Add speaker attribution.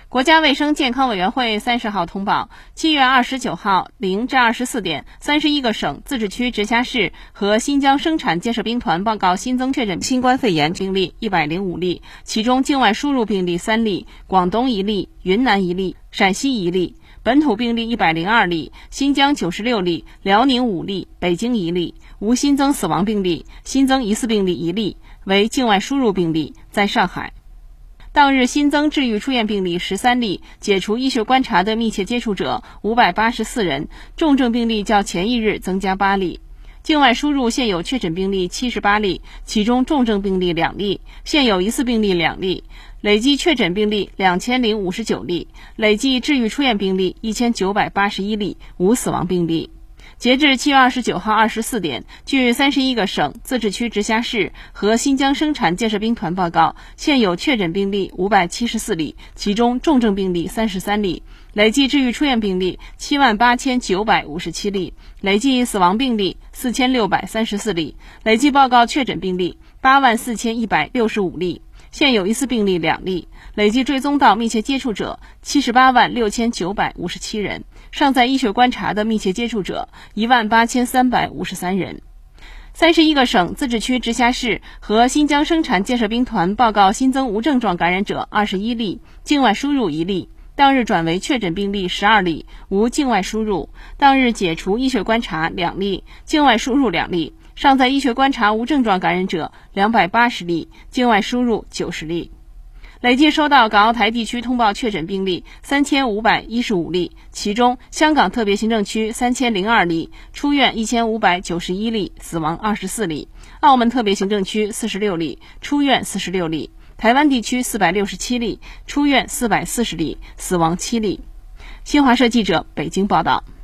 Speaker 1: 国家卫生健康委员会30号通报，7月29号0至24点，31个省、自治区、直辖市和新疆生产建设兵团报告新增确诊新冠肺炎病例105例，其中境外输入病例3例，广东1例，云南1例，陕西1例，本土病例102例，新疆96例，辽宁5例，北京1例，无新增死亡病例，新增疑似病例1例，为境外输入病例，在上海。当日新增治愈出院病例13例，解除医学观察的密切接触者584人，重症病例较前一日增加8例。境外输入现有确诊病例78例，其中重症病例2例，现有疑似病例2例，累计确诊病例2059例，累计治愈出院病例1981例，无死亡病例。截至7月29号24点，据31个省、自治区、直辖市和新疆生产建设兵团报告，现有确诊病例574例，其中重症病例33例，累计治愈出院病例78957例，累计死亡病例4634例，累计报告确诊病例84165例，现有疑似病例2例，累计追踪到密切接触者786957人，尚在医学观察的密切接触者18353人。31个省、自治区、直辖市和新疆生产建设兵团报告新增无症状感染者21例，境外输入1例，当日转为确诊病例12例，无境外输入，当日解除医学观察2例，境外输入2例，尚在医学观察无症状感染者280例，境外输入90例。累计收到港澳台地区通报确诊病例3515例，其中香港特别行政区3002例，出院1591例，死亡24例；澳门特别行政区46例，出院46例；台湾地区467例，出院440例，死亡7例。新华社记者北京报道。